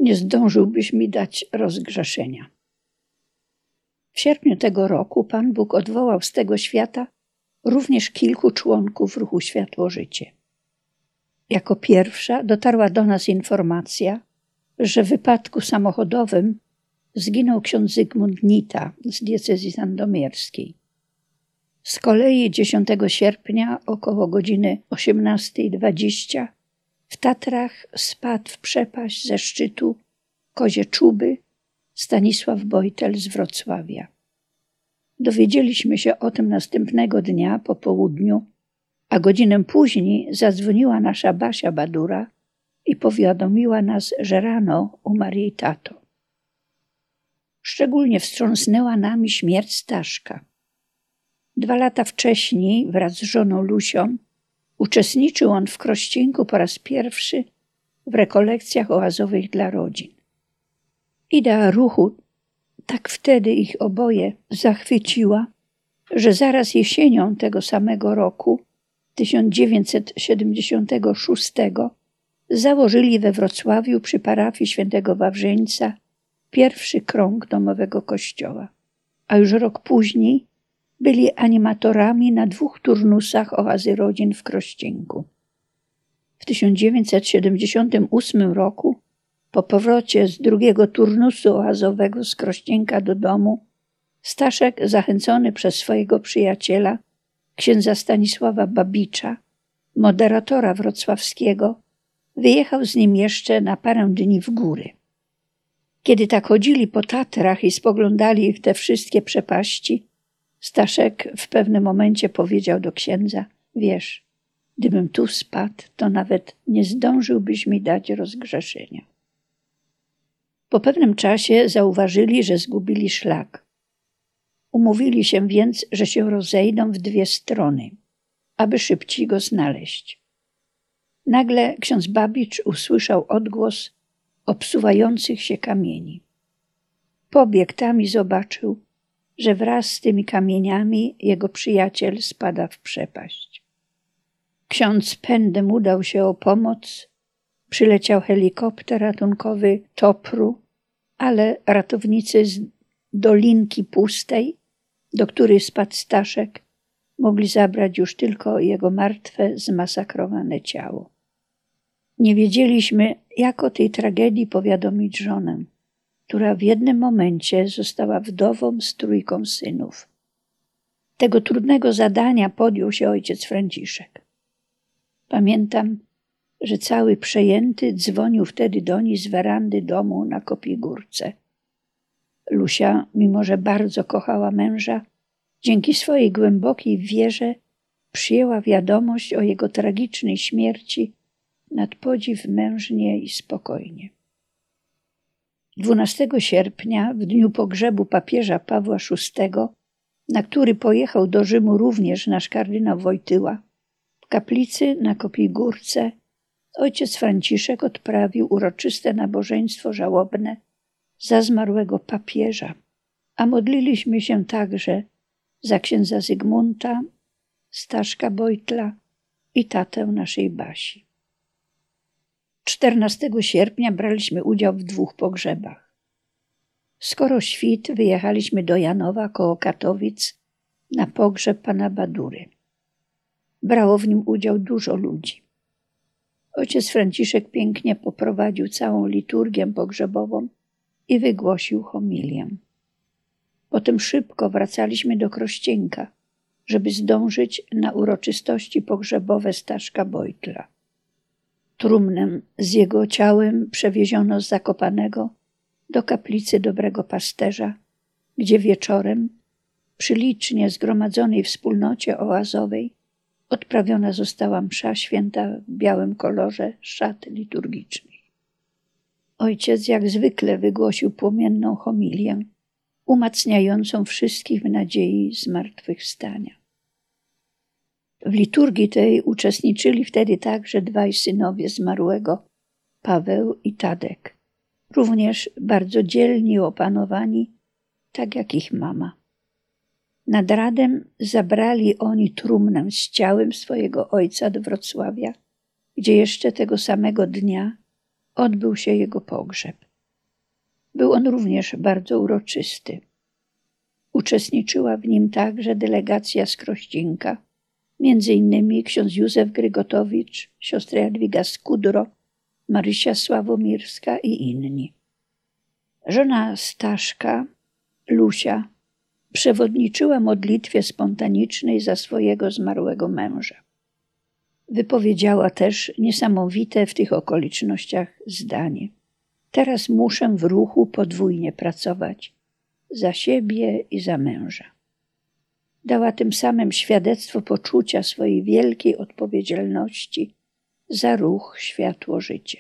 nie zdążyłbyś mi dać rozgrzeszenia. W sierpniu tego roku Pan Bóg odwołał z tego świata również kilku członków ruchu Światło-Życie. Jako pierwsza dotarła do nas informacja, że w wypadku samochodowym zginął ksiądz Zygmunt Nita z diecezji sandomierskiej. Z kolei 10 sierpnia około godziny 18:20 w Tatrach spadł w przepaść ze szczytu Kozie Czuby Stanisław Bojtel z Wrocławia. Dowiedzieliśmy się o tym następnego dnia po południu, a godzinę później zadzwoniła nasza Basia Badura i powiadomiła nas, że rano umarł jej tato. Szczególnie wstrząsnęła nami śmierć Staszka. 2 lata wcześniej wraz z żoną Lusią uczestniczył on w Krościenku po raz pierwszy w rekolekcjach oazowych dla rodzin. Idea ruchu tak wtedy ich oboje zachwyciła, że zaraz jesienią tego samego roku, 1976, założyli we Wrocławiu przy parafii świętego Wawrzyńca pierwszy krąg domowego kościoła, a już rok później byli animatorami na 2 turnusach oazy rodzin w Krościenku. W 1978 roku, po powrocie z 2. turnusu oazowego z Krościenka do domu, Staszek, zachęcony przez swojego przyjaciela, księdza Stanisława Babicza, moderatora wrocławskiego, wyjechał z nim jeszcze na parę dni w góry. Kiedy tak chodzili po Tatrach i spoglądali ich te wszystkie przepaści, Staszek w pewnym momencie powiedział do księdza: wiesz, gdybym tu spadł, to nawet nie zdążyłbyś mi dać rozgrzeszenia. Po pewnym czasie zauważyli, że zgubili szlak. Umówili się więc, że się rozejdą w 2 strony, aby szybciej go znaleźć. Nagle ksiądz Babicz usłyszał odgłos obsuwających się kamieni. Pobiegł tam i zobaczył, że wraz z tymi kamieniami jego przyjaciel spada w przepaść. Ksiądz pędem udał się o pomoc, przyleciał helikopter ratunkowy TOPR-u, ale ratownicy z Dolinki Pustej, do której spadł Staszek, mogli zabrać już tylko jego martwe, zmasakrowane ciało. Nie wiedzieliśmy, jak o tej tragedii powiadomić żonę, która w jednym momencie została wdową z 3 synów. Tego trudnego zadania podjął się ojciec Franciszek. Pamiętam, że cały przejęty dzwonił wtedy do niej z werandy domu na Kopiej Górce. Lusia, mimo że bardzo kochała męża, dzięki swojej głębokiej wierze przyjęła wiadomość o jego tragicznej śmierci nad podziw mężnie i spokojnie. 12 sierpnia, w dniu pogrzebu papieża Pawła VI, na który pojechał do Rzymu również nasz kardynał Wojtyła, w kaplicy na Kopiej Górce ojciec Franciszek odprawił uroczyste nabożeństwo żałobne za zmarłego papieża, a modliliśmy się także za księdza Zygmunta, Staszka Bojtla i tatę naszej Basi. 14 sierpnia braliśmy udział w 2 pogrzebach. Skoro świt, wyjechaliśmy do Janowa koło Katowic na pogrzeb pana Badury. Brało w nim udział dużo ludzi. Ojciec Franciszek pięknie poprowadził całą liturgię pogrzebową i wygłosił homilię. Potem szybko wracaliśmy do Krościenka, żeby zdążyć na uroczystości pogrzebowe Staszka Bojtla. Trumnę z jego ciałem przewieziono z Zakopanego do kaplicy Dobrego Pasterza, gdzie wieczorem przy licznie zgromadzonej wspólnocie oazowej odprawiona została msza święta w białym kolorze szat liturgicznej. Ojciec jak zwykle wygłosił płomienną homilię, umacniającą wszystkich w nadziei zmartwychwstania. W liturgii tej uczestniczyli wtedy także 2 synowie zmarłego, Paweł i Tadek, również bardzo dzielni i opanowani, tak jak ich mama. Nad radem zabrali oni trumnę z ciałem swojego ojca do Wrocławia, gdzie jeszcze tego samego dnia odbył się jego pogrzeb. Był on również bardzo uroczysty. Uczestniczyła w nim także delegacja z Krościnka, między innymi ksiądz Józef Grygotowicz, siostra Jadwiga Skudro, Marysia Sławomirska i inni. Żona Staszka, Lusia, przewodniczyła modlitwie spontanicznej za swojego zmarłego męża. Wypowiedziała też niesamowite w tych okolicznościach zdanie: teraz muszę w ruchu podwójnie pracować, za siebie i za męża. Dała tym samym świadectwo poczucia swojej wielkiej odpowiedzialności za ruch Światło-Życie.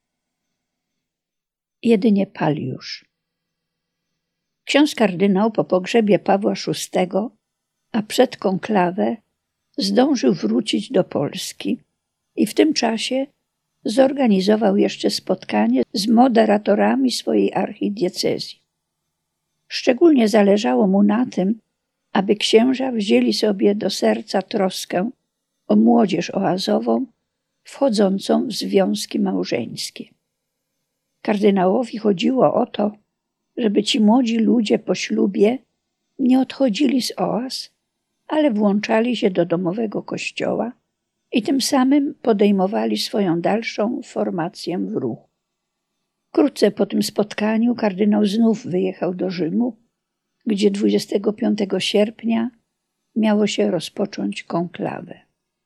Jedynie Paliusz. Ksiądz kardynał po pogrzebie Pawła VI, a przed konklawę, zdążył wrócić do Polski i w tym czasie zorganizował jeszcze spotkanie z moderatorami swojej archidiecezji. Szczególnie zależało mu na tym, aby księża wzięli sobie do serca troskę o młodzież oazową wchodzącą w związki małżeńskie. Kardynałowi chodziło o to, żeby ci młodzi ludzie po ślubie nie odchodzili z oaz, ale włączali się do domowego kościoła i tym samym podejmowali swoją dalszą formację w ruchu. Wkrótce po tym spotkaniu kardynał znów wyjechał do Rzymu, gdzie 25 sierpnia miało się rozpocząć konklawę.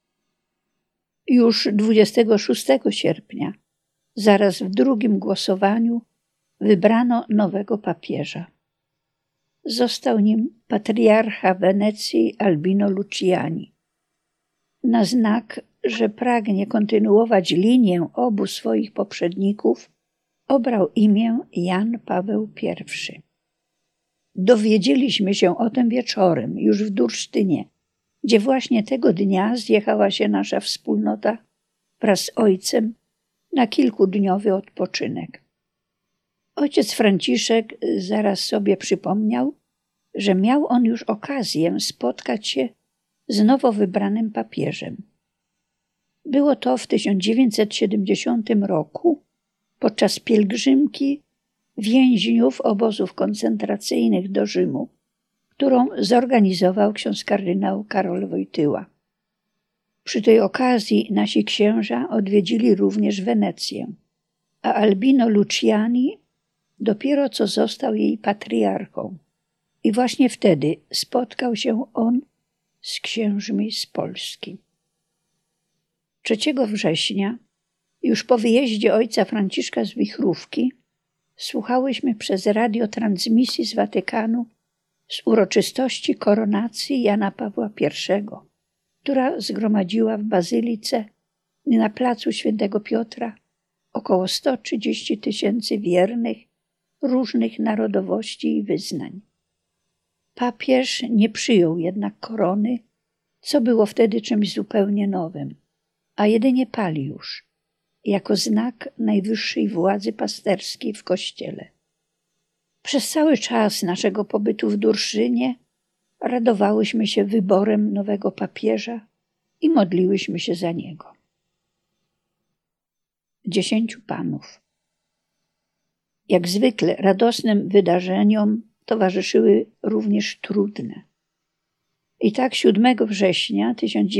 Już 26 sierpnia, zaraz w drugim głosowaniu, wybrano nowego papieża. Został nim patriarcha Wenecji Albino Luciani. Na znak, że pragnie kontynuować linię obu swoich poprzedników, obrał imię Jan Paweł I. Dowiedzieliśmy się o tym wieczorem, już w Dursztynie, gdzie właśnie tego dnia zjechała się nasza wspólnota wraz z ojcem na kilkudniowy odpoczynek. Ojciec Franciszek zaraz sobie przypomniał, że miał on już okazję spotkać się z nowo wybranym papieżem. Było to w 1970 roku podczas pielgrzymki więźniów obozów koncentracyjnych do Rzymu, którą zorganizował ksiądz kardynał Karol Wojtyła. Przy tej okazji nasi księża odwiedzili również Wenecję, a Albino Luciani dopiero co został jej patriarchą i właśnie wtedy spotkał się on z księżmi z Polski. 3 września, już po wyjeździe ojca Franciszka z Wichrówki, słuchałyśmy przez radio transmisji z Watykanu z uroczystości koronacji Jana Pawła I, która zgromadziła w bazylice na placu Świętego Piotra około 130 000 wiernych różnych narodowości i wyznań. Papież nie przyjął jednak korony, co było wtedy czymś zupełnie nowym, a jedynie Paliusz, jako znak najwyższej władzy pasterskiej w Kościele. Przez cały czas naszego pobytu w Durszynie radowałyśmy się wyborem nowego papieża i modliłyśmy się za niego. 10 panów. Jak zwykle radosnym wydarzeniom towarzyszyły również trudne. I tak 7 września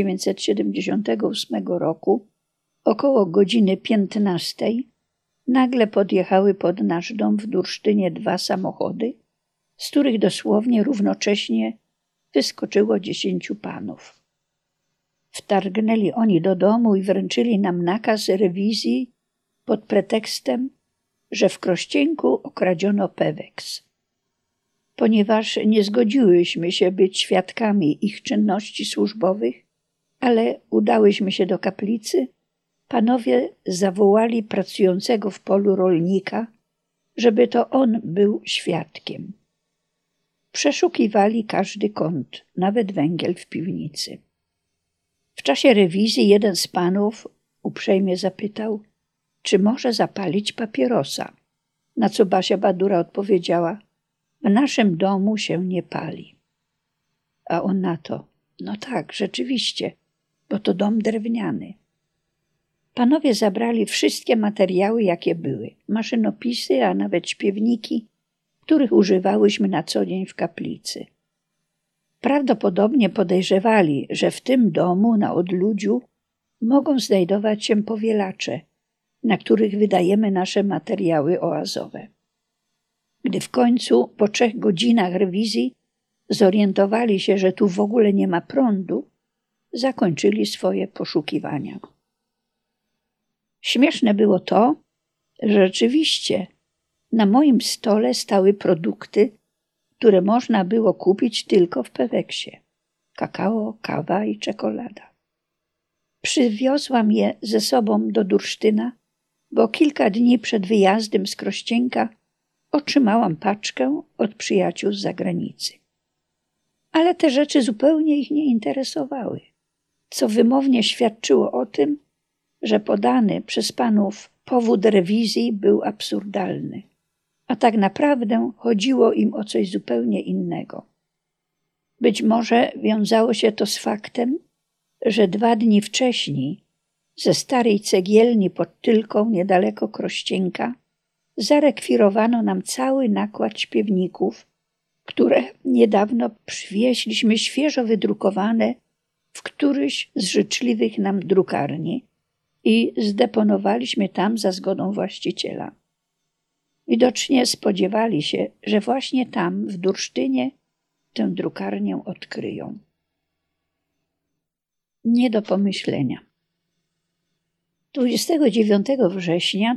1978 roku około godziny 15 nagle podjechały pod nasz dom w Dursztynie 2 samochody, z których dosłownie równocześnie wyskoczyło 10 panów. Wtargnęli oni do domu i wręczyli nam nakaz rewizji pod pretekstem, że w Krościenku okradziono Peweks. Ponieważ nie zgodziłyśmy się być świadkami ich czynności służbowych, ale udałyśmy się do kaplicy, panowie zawołali pracującego w polu rolnika, żeby to on był świadkiem. Przeszukiwali każdy kąt, nawet węgiel w piwnicy. W czasie rewizji jeden z panów uprzejmie zapytał, czy może zapalić papierosa, na co Basia Badura odpowiedziała, w naszym domu się nie pali. A on na to, no tak, rzeczywiście, bo to dom drewniany. Panowie zabrali wszystkie materiały, jakie były, maszynopisy, a nawet śpiewniki, których używałyśmy na co dzień w kaplicy. Prawdopodobnie podejrzewali, że w tym domu na odludziu mogą znajdować się powielacze, na których wydajemy nasze materiały oazowe. Gdy w końcu po 3 godzinach rewizji zorientowali się, że tu w ogóle nie ma prądu, zakończyli swoje poszukiwania. Śmieszne było to, że rzeczywiście na moim stole stały produkty, które można było kupić tylko w Peweksie: kakao, kawa i czekolada. Przywiozłam je ze sobą do Dursztyna, bo kilka dni przed wyjazdem z Krościenka otrzymałam paczkę od przyjaciół z zagranicy. Ale te rzeczy zupełnie ich nie interesowały, co wymownie świadczyło o tym, że podany przez panów powód rewizji był absurdalny, a tak naprawdę chodziło im o coś zupełnie innego. Być może wiązało się to z faktem, że 2 dni wcześniej ze starej cegielni pod Tylką niedaleko Krościenka zarekwirowano nam cały nakład śpiewników, które niedawno przywieźliśmy świeżo wydrukowane w któryś z życzliwych nam drukarni i zdeponowaliśmy tam za zgodą właściciela. Widocznie spodziewali się, że właśnie tam, w Dursztynie, tę drukarnię odkryją. Nie do pomyślenia. 29 września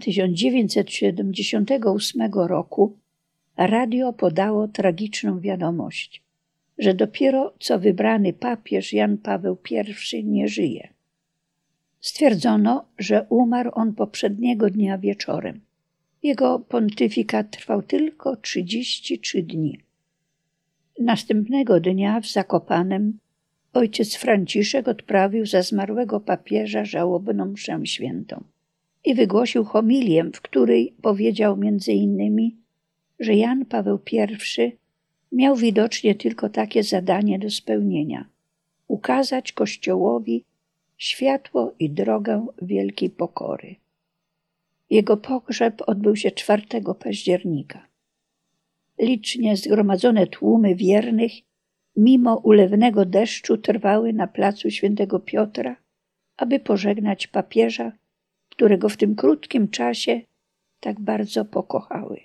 1978 roku radio podało tragiczną wiadomość, że dopiero co wybrany papież Jan Paweł I nie żyje. Stwierdzono, że umarł on poprzedniego dnia wieczorem. Jego pontyfikat trwał tylko 33 dni. Następnego dnia w Zakopanem ojciec Franciszek odprawił za zmarłego papieża żałobną mszę świętą i wygłosił homilię, w której powiedział m.in., że Jan Paweł I miał widocznie tylko takie zadanie do spełnienia: ukazać Kościołowi światło i drogę wielkiej pokory. Jego pogrzeb odbył się 4 października. Licznie zgromadzone tłumy wiernych mimo ulewnego deszczu trwały na placu Świętego Piotra, aby pożegnać papieża, którego w tym krótkim czasie tak bardzo pokochały.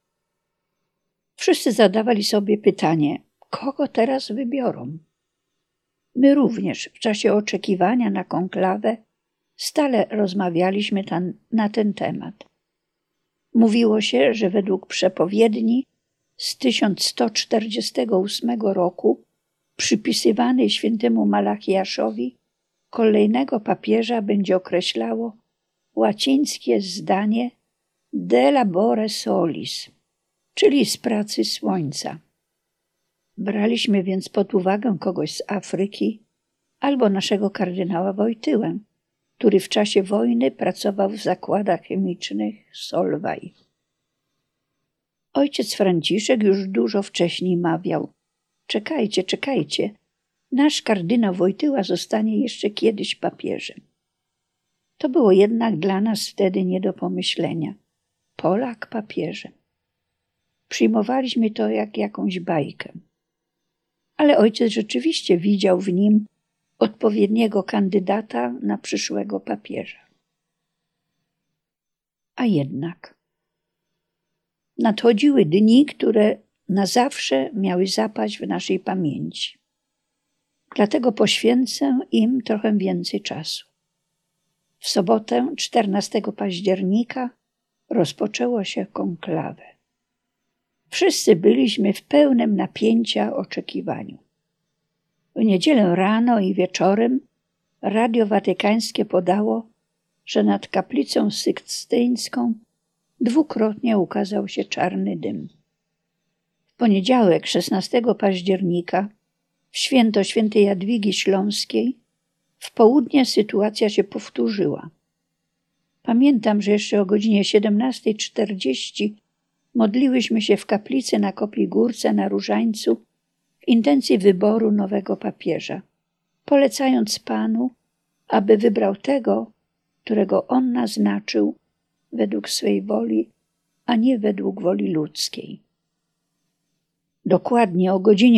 Wszyscy zadawali sobie pytanie, kogo teraz wybiorą. My również w czasie oczekiwania na konklawę stale rozmawialiśmy na ten temat. Mówiło się, że według przepowiedni z 1148 roku przypisywanej świętemu Malachiaszowi kolejnego papieża będzie określało łacińskie zdanie de labore solis, czyli z pracy słońca. Braliśmy więc pod uwagę kogoś z Afryki albo naszego kardynała Wojtyłę, który w czasie wojny pracował w zakładach chemicznych Solvay. Ojciec Franciszek już dużo wcześniej mawiał: czekajcie, czekajcie, nasz kardynał Wojtyła zostanie jeszcze kiedyś papieżem. To było jednak dla nas wtedy nie do pomyślenia. Polak papieżem. Przyjmowaliśmy to jak jakąś bajkę. Ale ojciec rzeczywiście widział w nim odpowiedniego kandydata na przyszłego papieża. A jednak nadchodziły dni, które na zawsze miały zapaść w naszej pamięci. Dlatego poświęcę im trochę więcej czasu. W sobotę 14 października rozpoczęło się konklawę. Wszyscy byliśmy w pełnym napięcia oczekiwaniu. W niedzielę rano i wieczorem Radio Watykańskie podało, że nad kaplicą sykstyńską dwukrotnie ukazał się czarny dym. W poniedziałek 16 października, w święto świętej Jadwigi Śląskiej, w południe sytuacja się powtórzyła. Pamiętam, że jeszcze o godzinie 17:40 modliłyśmy się w kaplicy na Kopiej Górce na Różańcu w intencji wyboru nowego papieża, polecając Panu, aby wybrał tego, którego on naznaczył według swej woli, a nie według woli ludzkiej. Dokładnie o godzinie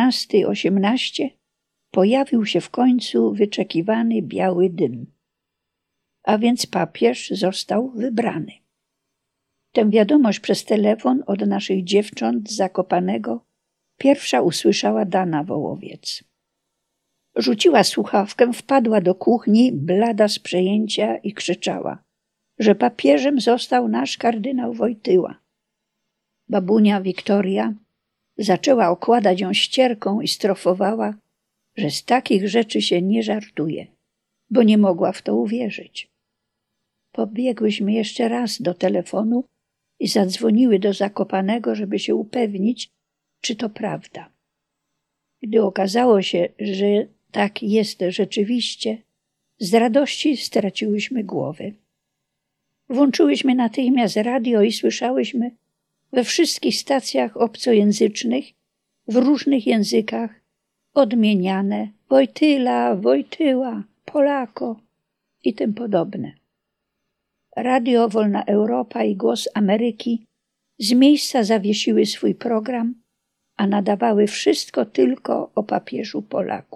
18:18 pojawił się w końcu wyczekiwany biały dym, a więc papież został wybrany. Tę wiadomość przez telefon od naszych dziewcząt z Zakopanego pierwsza usłyszała Dana Wołowiec. Rzuciła słuchawkę, wpadła do kuchni, blada z przejęcia i krzyczała, że papieżem został nasz kardynał Wojtyła. Babunia Wiktoria zaczęła okładać ją ścierką i strofowała, że z takich rzeczy się nie żartuje, bo nie mogła w to uwierzyć. Pobiegłyśmy jeszcze raz do telefonu i zadzwoniły do Zakopanego, żeby się upewnić, czy to prawda. Gdy okazało się, że tak jest rzeczywiście, z radości straciłyśmy głowy. Włączyłyśmy natychmiast radio i słyszałyśmy we wszystkich stacjach obcojęzycznych, w różnych językach, odmieniane Wojtyla, Wojtyła, Polako i tym podobne. Radio Wolna Europa i Głos Ameryki z miejsca zawiesiły swój program, a nadawały wszystko tylko o papieżu Polaku.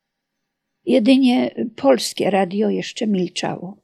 Jedynie polskie radio jeszcze milczało.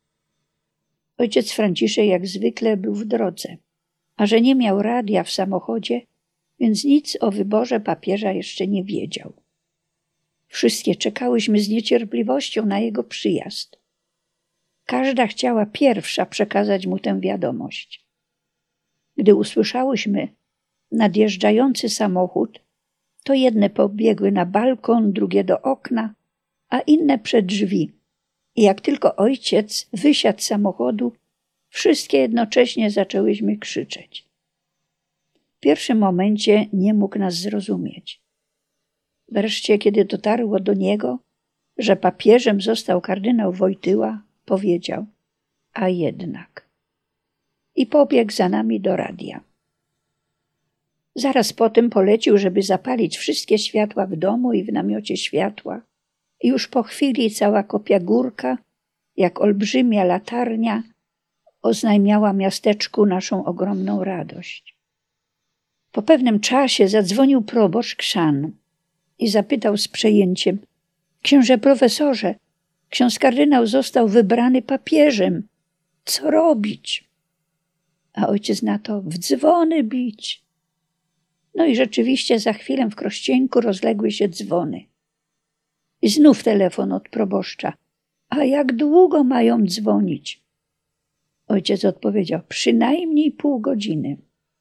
Ojciec Franciszek jak zwykle był w drodze, a że nie miał radia w samochodzie, więc nic o wyborze papieża jeszcze nie wiedział. Wszystkie czekałyśmy z niecierpliwością na jego przyjazd. Każda chciała pierwsza przekazać mu tę wiadomość. Gdy usłyszałyśmy nadjeżdżający samochód, to jedne pobiegły na balkon, drugie do okna, a inne przed drzwi. I jak tylko ojciec wysiadł z samochodu, wszystkie jednocześnie zaczęłyśmy krzyczeć. W pierwszym momencie nie mógł nas zrozumieć. Wreszcie, kiedy dotarło do niego, że papieżem został kardynał Wojtyła, powiedział: a jednak. I pobiegł za nami do radia. Zaraz potem polecił, żeby zapalić wszystkie światła w domu i w namiocie światła. I już po chwili cała kopia górka, jak olbrzymia latarnia, oznajmiała miasteczku naszą ogromną radość. Po pewnym czasie zadzwonił proboszcz Chrzan i zapytał z przejęciem: księże profesorze, ksiądz kardynał został wybrany papieżem. Co robić? A ojciec na to: w dzwony bić. No i rzeczywiście za chwilę w Krościeńku rozległy się dzwony. I znów telefon od proboszcza. A jak długo mają dzwonić? Ojciec odpowiedział: przynajmniej pół godziny.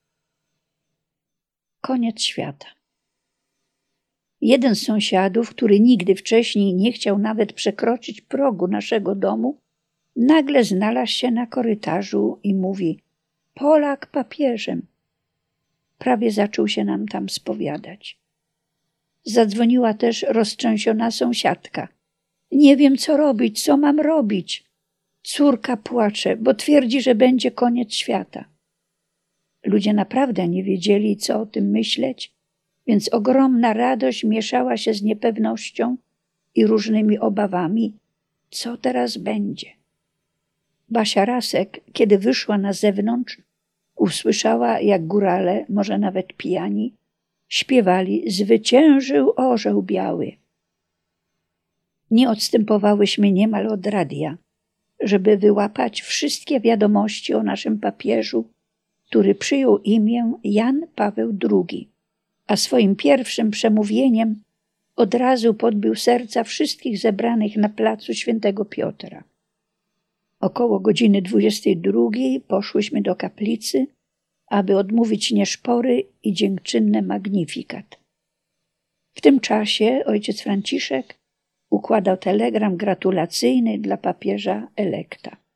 Koniec świata. Jeden z sąsiadów, który nigdy wcześniej nie chciał nawet przekroczyć progu naszego domu, nagle znalazł się na korytarzu i mówi: Polak papieżem. Prawie zaczął się nam tam spowiadać. Zadzwoniła też roztrzęsiona sąsiadka. Nie wiem, co robić, co mam robić. Córka płacze, bo twierdzi, że będzie koniec świata. Ludzie naprawdę nie wiedzieli, co o tym myśleć, więc ogromna radość mieszała się z niepewnością i różnymi obawami. Co teraz będzie? Basia Rasek, kiedy wyszła na zewnątrz, usłyszała, jak górale, może nawet pijani, śpiewali: zwyciężył orzeł biały. Nie odstępowałyśmy niemal od radia, żeby wyłapać wszystkie wiadomości o naszym papieżu, który przyjął imię Jan Paweł II, a swoim pierwszym przemówieniem od razu podbił serca wszystkich zebranych na placu Świętego Piotra. Około godziny 22 poszłyśmy do kaplicy, aby odmówić nieszpory i dziękczynne magnifikat. W tym czasie ojciec Franciszek układał telegram gratulacyjny dla papieża elekta.